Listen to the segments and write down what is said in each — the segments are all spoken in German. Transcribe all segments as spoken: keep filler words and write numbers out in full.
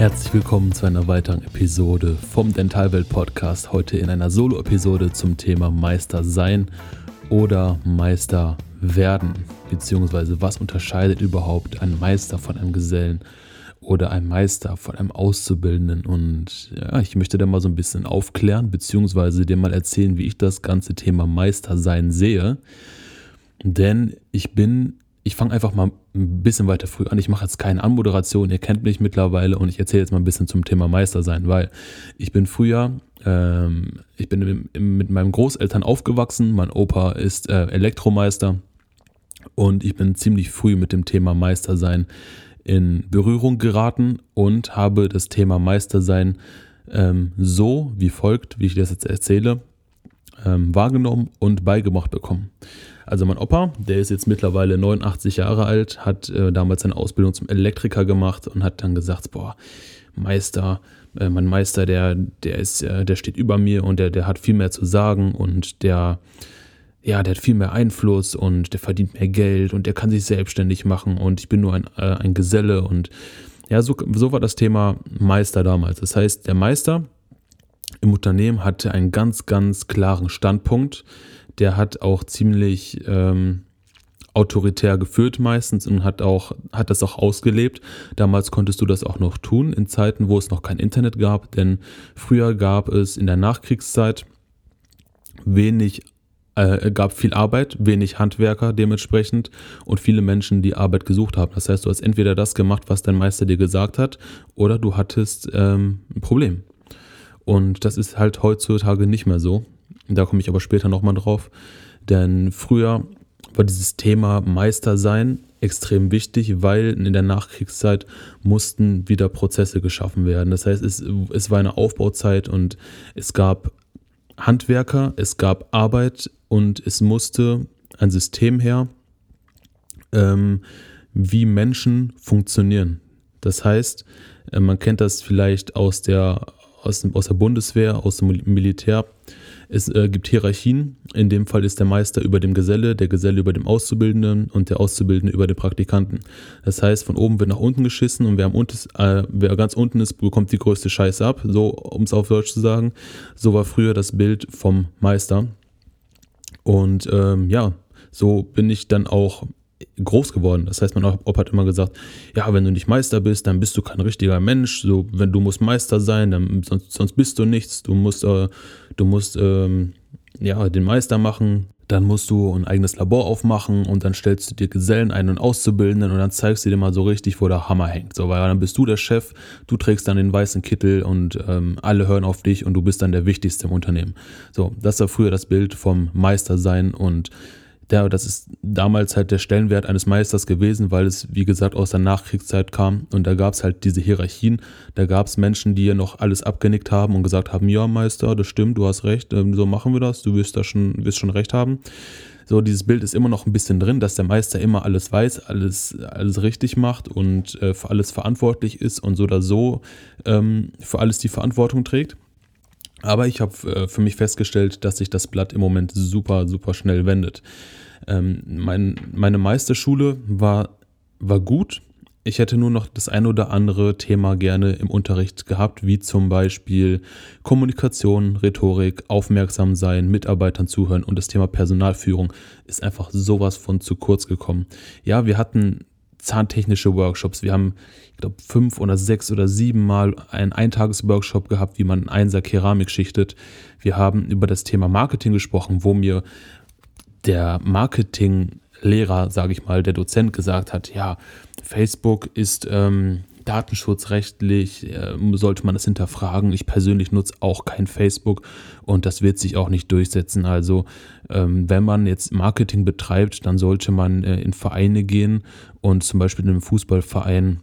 Herzlich willkommen zu einer weiteren Episode vom Dentalwelt Podcast. Heute in einer Solo-Episode zum Thema Meister sein oder Meister werden. Beziehungsweise was unterscheidet überhaupt ein Meister von einem Gesellen oder ein Meister von einem Auszubildenden. Und ja, ich möchte da mal so ein bisschen aufklären, beziehungsweise dir mal erzählen, wie ich das ganze Thema Meister sein sehe. Denn ich bin Ich fange einfach mal ein bisschen weiter früh an. Ich mache jetzt keine Anmoderation, ihr kennt mich mittlerweile und ich erzähle jetzt mal ein bisschen zum Thema Meister sein, weil ich bin früher, ähm, ich bin im, im, mit meinen Großeltern aufgewachsen. Mein Opa ist äh, Elektromeister und ich bin ziemlich früh mit dem Thema Meister sein in Berührung geraten und habe das Thema Meister sein ähm, so wie folgt, wie ich das jetzt erzähle, ähm, wahrgenommen und beigebracht bekommen. Also mein Opa, der ist jetzt mittlerweile neunundachtzig Jahre alt, hat äh, damals seine Ausbildung zum Elektriker gemacht und hat dann gesagt, boah, Meister, äh, mein Meister, der, der ist, äh, der steht über mir und der, der hat viel mehr zu sagen und der, ja, der hat viel mehr Einfluss und der verdient mehr Geld und der kann sich selbstständig machen und ich bin nur ein, äh, ein Geselle und ja, so, so war das Thema Meister damals. Das heißt, der Meister im Unternehmen hatte einen ganz, ganz klaren Standpunkt. Der hat auch ziemlich ähm, autoritär geführt meistens und hat auch hat das auch ausgelebt. Damals konntest du das auch noch tun, in Zeiten, wo es noch kein Internet gab, denn früher gab es in der Nachkriegszeit wenig, äh, gab viel Arbeit, wenig Handwerker dementsprechend und viele Menschen, die Arbeit gesucht haben. Das heißt, du hast entweder das gemacht, was dein Meister dir gesagt hat, oder du hattest ähm, ein Problem. Und das ist halt heutzutage nicht mehr so. Da komme ich aber später nochmal drauf. Denn früher war dieses Thema Meister sein extrem wichtig, weil in der Nachkriegszeit mussten wieder Prozesse geschaffen werden. Das heißt, es, es war eine Aufbauzeit und es gab Handwerker, es gab Arbeit und es musste ein System her, ähm, wie Menschen funktionieren. Das heißt, man kennt das vielleicht aus der Aus, dem, aus der Bundeswehr, aus dem Militär. Es äh, gibt Hierarchien. In dem Fall ist der Meister über dem Geselle, der Geselle über dem Auszubildenden und der Auszubildende über den Praktikanten. Das heißt, von oben wird nach unten geschissen und wer, am unten, äh, wer ganz unten ist, bekommt die größte Scheiße ab, so um es auf Deutsch zu sagen. So war früher das Bild vom Meister. Und ähm, ja, so bin ich dann auch groß geworden. Das heißt, mein Opa hat immer gesagt, ja, wenn du nicht Meister bist, dann bist du kein richtiger Mensch. So, wenn du musst Meister sein, dann sonst, sonst bist du nichts. Du musst, äh, du musst ähm, ja, den Meister machen. Dann musst du ein eigenes Labor aufmachen und dann stellst du dir Gesellen ein und Auszubildenden und dann zeigst du dir mal so richtig, wo der Hammer hängt. So, weil dann bist du der Chef, du trägst dann den weißen Kittel und ähm, alle hören auf dich und du bist dann der Wichtigste im Unternehmen. So, das war früher das Bild vom Meister sein und Ja, das ist damals halt der Stellenwert eines Meisters gewesen, weil es, wie gesagt, aus der Nachkriegszeit kam und da gab es halt diese Hierarchien, da gab es Menschen, die ja noch alles abgenickt haben und gesagt haben, ja Meister, das stimmt, du hast recht, so machen wir das, du wirst da schon, wirst schon recht haben. So, dieses Bild ist immer noch ein bisschen drin, dass der Meister immer alles weiß, alles, alles richtig macht und äh, für alles verantwortlich ist und so oder so ähm, für alles die Verantwortung trägt. Aber ich habe äh, für mich festgestellt, dass sich das Blatt im Moment super, super schnell wendet. Ähm, mein, meine Meisterschule war, war gut. Ich hätte nur noch das ein oder andere Thema gerne im Unterricht gehabt, wie zum Beispiel Kommunikation, Rhetorik, aufmerksam sein, Mitarbeitern zuhören und das Thema Personalführung ist einfach sowas von zu kurz gekommen. Ja, wir hatten zahntechnische Workshops. Wir haben, ich glaube, fünf oder sechs oder sieben Mal einen Eintages-Workshop gehabt, wie man einen Einser Keramik schichtet. Wir haben über das Thema Marketing gesprochen, wo mir der Marketinglehrer, sage ich mal, der Dozent gesagt hat, ja, Facebook ist ähm, datenschutzrechtlich, äh, sollte man das hinterfragen. Ich persönlich nutze auch kein Facebook und das wird sich auch nicht durchsetzen. Also ähm, wenn man jetzt Marketing betreibt, dann sollte man äh, in Vereine gehen und zum Beispiel in einem Fußballverein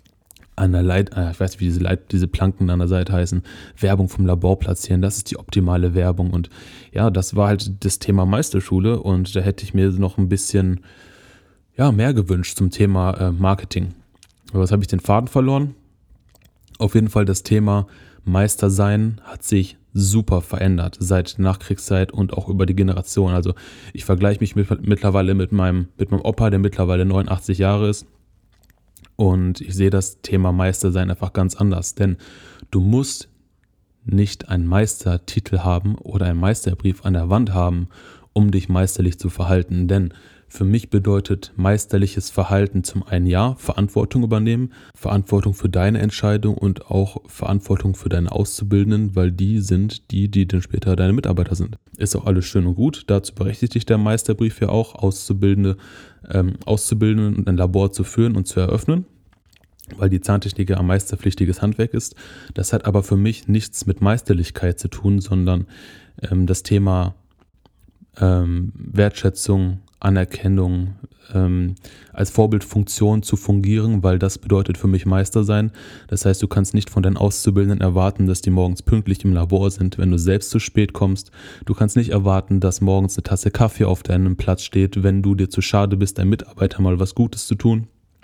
an der Leit, äh, ich weiß nicht, wie diese, Leit, diese Planken an der Seite heißen, Werbung vom Labor platzieren. Das ist die optimale Werbung und ja, das war halt das Thema Meisterschule und da hätte ich mir noch ein bisschen ja, mehr gewünscht zum Thema äh, Marketing. Aber jetzt habe ich den Faden verloren. Auf jeden Fall das Thema Meister sein hat sich super verändert seit der Nachkriegszeit und auch über die Generation. Also ich vergleiche mich mit, mittlerweile mit meinem, mit meinem Opa, der mittlerweile neunundachtzig Jahre ist. Und ich sehe das Thema Meistersein einfach ganz anders, denn du musst nicht einen Meistertitel haben oder einen Meisterbrief an der Wand haben, um dich meisterlich zu verhalten. Denn für mich bedeutet meisterliches Verhalten zum einen ja, Verantwortung übernehmen, Verantwortung für deine Entscheidung und auch Verantwortung für deine Auszubildenden, weil die sind die, die dann später deine Mitarbeiter sind. Ist auch alles schön und gut, dazu berechtigt dich der Meisterbrief ja auch, Auszubildende, ähm, Auszubildenden und ein Labor zu führen und zu eröffnen, weil die Zahntechnik ja ein meisterpflichtiges Handwerk ist. Das hat aber für mich nichts mit Meisterlichkeit zu tun, sondern ähm, das Thema ähm, Wertschätzung, Anerkennung, ähm, als Vorbildfunktion zu fungieren, weil das bedeutet für mich Meister sein. Das heißt, du kannst nicht von deinen Auszubildenden erwarten, dass die morgens pünktlich im Labor sind, wenn du selbst zu spät kommst. Du kannst nicht erwarten, dass morgens eine Tasse Kaffee auf deinem Platz steht, wenn du dir zu schade bist, deinem Mitarbeiter mal was Gutes zu tun.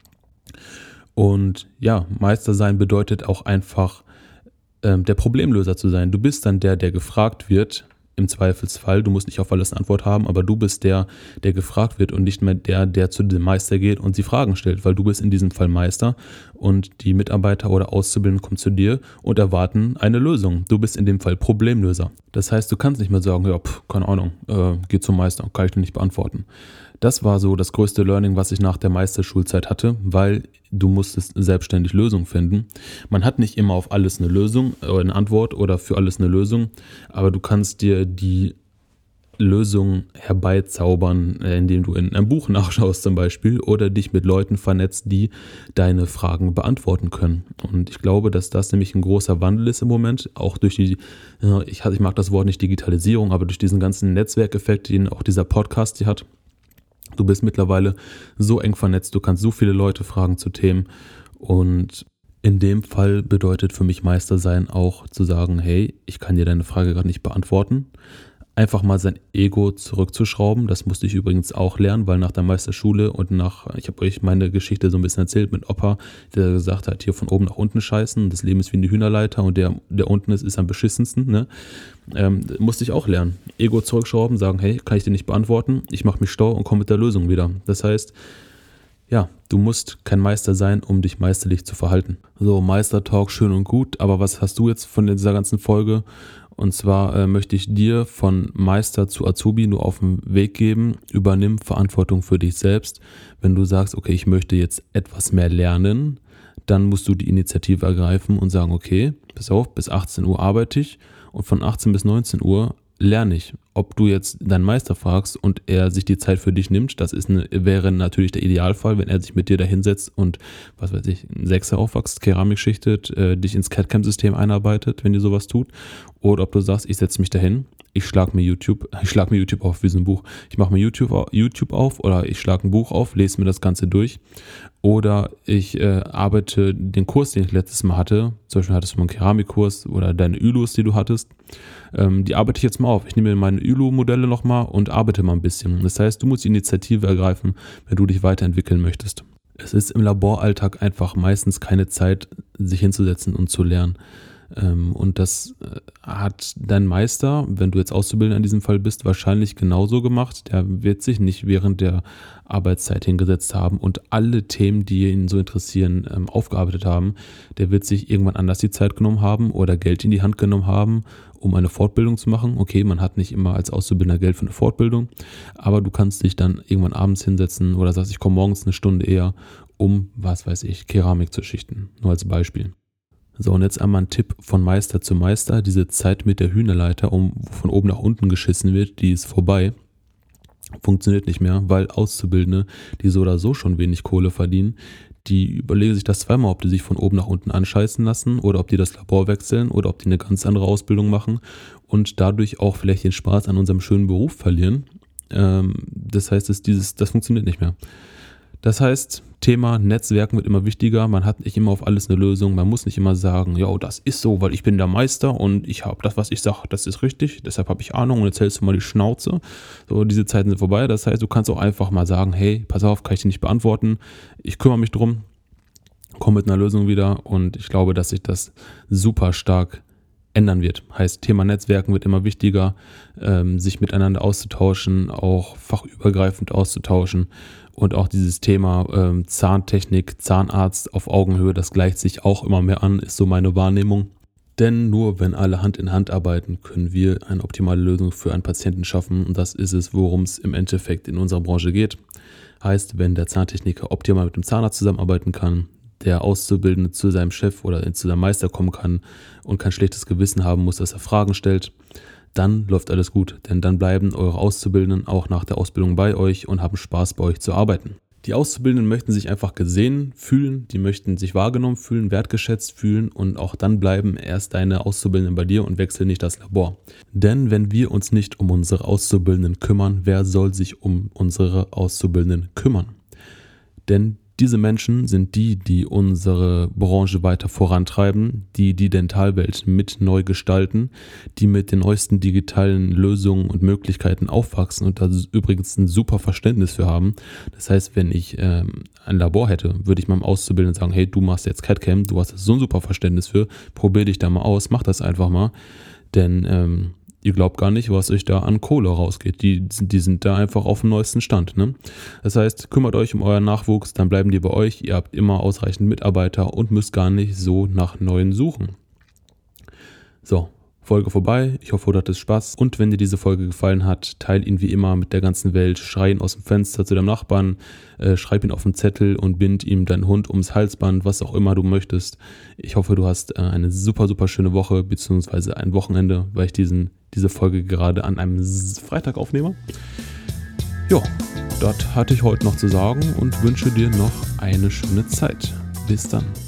Und ja, Meister sein bedeutet auch einfach, ähm, der Problemlöser zu sein. Du bist dann der, der gefragt wird, im Zweifelsfall. Du musst nicht auf alles eine Antwort haben, aber du bist der, der gefragt wird und nicht mehr der, der zu dem Meister geht und die Fragen stellt, weil du bist in diesem Fall Meister und die Mitarbeiter oder Auszubildenden kommen zu dir und erwarten eine Lösung. Du bist in dem Fall Problemlöser. Das heißt, du kannst nicht mehr sagen, ja, pf, keine Ahnung, äh, geh zum Meister, kann ich dir nicht beantworten. Das war so das größte Learning, was ich nach der Meisterschulzeit hatte, weil du musstest selbstständig Lösungen finden. Man hat nicht immer auf alles eine Lösung, oder eine Antwort oder für alles eine Lösung, aber du kannst dir die Lösung herbeizaubern, indem du in einem Buch nachschaust zum Beispiel oder dich mit Leuten vernetzt, die deine Fragen beantworten können. Und ich glaube, dass das nämlich ein großer Wandel ist im Moment, auch durch die, ich, ich mag das Wort nicht Digitalisierung, aber durch diesen ganzen Netzwerkeffekt, den auch dieser Podcast hier hat. Du bist mittlerweile so eng vernetzt, du kannst so viele Leute fragen zu Themen und in dem Fall bedeutet für mich Meister sein auch zu sagen, hey, ich kann dir deine Frage gerade nicht beantworten. Einfach mal sein Ego zurückzuschrauben, das musste ich übrigens auch lernen, weil nach der Meisterschule und nach, ich habe euch meine Geschichte so ein bisschen erzählt mit Opa, der gesagt hat, hier von oben nach unten scheißen, das Leben ist wie eine Hühnerleiter und der, der unten ist, ist am beschissensten, ne? Ähm, musste ich auch lernen. Ego zurückschrauben, sagen, hey, kann ich dir nicht beantworten, ich mache mich stau und komme mit der Lösung wieder. Das heißt, ja, du musst kein Meister sein, um dich meisterlich zu verhalten. So, Meister-Talk, schön und gut, aber was hast du jetzt von dieser ganzen Folge? Und zwar äh, möchte ich dir von Meister zu Azubi nur auf den Weg geben, übernimm Verantwortung für dich selbst. Wenn du sagst, okay, ich möchte jetzt etwas mehr lernen, dann musst du die Initiative ergreifen und sagen, okay, pass auf, bis achtzehn Uhr arbeite ich und von achtzehn bis neunzehn Uhr lerne ich. Ob du jetzt deinen Meister fragst und er sich die Zeit für dich nimmt, das ist eine, wäre natürlich der Idealfall, wenn er sich mit dir da hinsetzt und, was weiß ich, einen Sechser aufwachst, Keramik schichtet, äh, dich ins C A D-C A M-System einarbeitet, wenn ihr sowas tut. Oder ob du sagst, ich setze mich dahin, ich schlage mir YouTube, ich schlage mir YouTube auf wie so ein Buch. Ich mache mir YouTube, YouTube auf oder ich schlage ein Buch auf, lese mir das Ganze durch. Oder ich äh, arbeite den Kurs, den ich letztes Mal hatte, zum Beispiel hattest du mal einen Keramikkurs oder deine Ü L Us, die du hattest, ähm, die arbeite ich jetzt mal auf. Ich nehme mir meine Ü L U-Modelle nochmal und arbeite mal ein bisschen. Das heißt, du musst die Initiative ergreifen, wenn du dich weiterentwickeln möchtest. Es ist im Laboralltag einfach meistens keine Zeit, sich hinzusetzen und zu lernen. Und das hat dein Meister, wenn du jetzt Auszubildender in diesem Fall bist, wahrscheinlich genauso gemacht. Der wird sich nicht während der Arbeitszeit hingesetzt haben und alle Themen, die ihn so interessieren, aufgearbeitet haben. Der wird sich irgendwann anders die Zeit genommen haben oder Geld in die Hand genommen haben, um eine Fortbildung zu machen. Okay, man hat nicht immer als Auszubildender Geld für eine Fortbildung, aber du kannst dich dann irgendwann abends hinsetzen oder sagst, ich komme morgens eine Stunde eher, um, was weiß ich, Keramik zu schichten. Nur als Beispiel. So, und jetzt einmal ein Tipp von Meister zu Meister. Diese Zeit mit der Hühnerleiter, um von oben nach unten geschissen wird, die ist vorbei. Funktioniert nicht mehr, weil Auszubildende, die so oder so schon wenig Kohle verdienen, die überlegen sich das zweimal, ob die sich von oben nach unten anscheißen lassen oder ob die das Labor wechseln oder ob die eine ganz andere Ausbildung machen und dadurch auch vielleicht den Spaß an unserem schönen Beruf verlieren. Ähm, das heißt, das, dieses, das funktioniert nicht mehr. Das heißt, Thema Netzwerken wird immer wichtiger, man hat nicht immer auf alles eine Lösung, man muss nicht immer sagen, ja, das ist so, weil ich bin der Meister und ich habe das, was ich sage, das ist richtig, deshalb habe ich Ahnung und jetzt hältst du mal die Schnauze. So, diese Zeiten sind vorbei, das heißt, du kannst auch einfach mal sagen, hey, pass auf, kann ich dir nicht beantworten, ich kümmere mich drum, komme mit einer Lösung wieder und ich glaube, dass sich das super stark ändern wird. Heißt, Thema Netzwerken wird immer wichtiger, ähm, sich miteinander auszutauschen, auch fachübergreifend auszutauschen und auch dieses Thema ähm, Zahntechnik, Zahnarzt auf Augenhöhe, das gleicht sich auch immer mehr an, ist so meine Wahrnehmung. Denn nur wenn alle Hand in Hand arbeiten, können wir eine optimale Lösung für einen Patienten schaffen und das ist es, worum es im Endeffekt in unserer Branche geht. Heißt, wenn der Zahntechniker optimal mit dem Zahnarzt zusammenarbeiten kann, der Auszubildende zu seinem Chef oder zu seinem Meister kommen kann und kein schlechtes Gewissen haben muss, dass er Fragen stellt, dann läuft alles gut. Denn dann bleiben eure Auszubildenden auch nach der Ausbildung bei euch und haben Spaß, bei euch zu arbeiten. Die Auszubildenden möchten sich einfach gesehen fühlen, die möchten sich wahrgenommen fühlen, wertgeschätzt fühlen und auch dann bleiben erst deine Auszubildenden bei dir und wechseln nicht das Labor. Denn wenn wir uns nicht um unsere Auszubildenden kümmern, wer soll sich um unsere Auszubildenden kümmern? Denn diese Menschen sind die, die unsere Branche weiter vorantreiben, die die Dentalwelt mit neu gestalten, die mit den neuesten digitalen Lösungen und Möglichkeiten aufwachsen und da übrigens ein super Verständnis für haben. Das heißt, wenn ich ähm, ein Labor hätte, würde ich meinem Auszubildenden sagen, hey, du machst jetzt C A D-Cam, du hast so ein super Verständnis für, probier dich da mal aus, mach das einfach mal, denn ähm, ihr glaubt gar nicht, was euch da an Kohle rausgeht. Die, die sind da einfach auf dem neuesten Stand. Ne? Das heißt, kümmert euch um euren Nachwuchs, dann bleiben die bei euch. Ihr habt immer ausreichend Mitarbeiter und müsst gar nicht so nach neuen suchen. So, Folge vorbei. Ich hoffe, du hattest Spaß. Und wenn dir diese Folge gefallen hat, teile ihn wie immer mit der ganzen Welt. Schrei ihn aus dem Fenster zu deinem Nachbarn, äh, schreib ihn auf den Zettel und bind ihm deinen Hund ums Halsband, was auch immer du möchtest. Ich hoffe, du hast äh, eine super, super schöne Woche, beziehungsweise ein Wochenende, weil ich diesen, diese Folge gerade an einem Freitag aufnehme. Ja, das hatte ich heute noch zu sagen und wünsche dir noch eine schöne Zeit. Bis dann.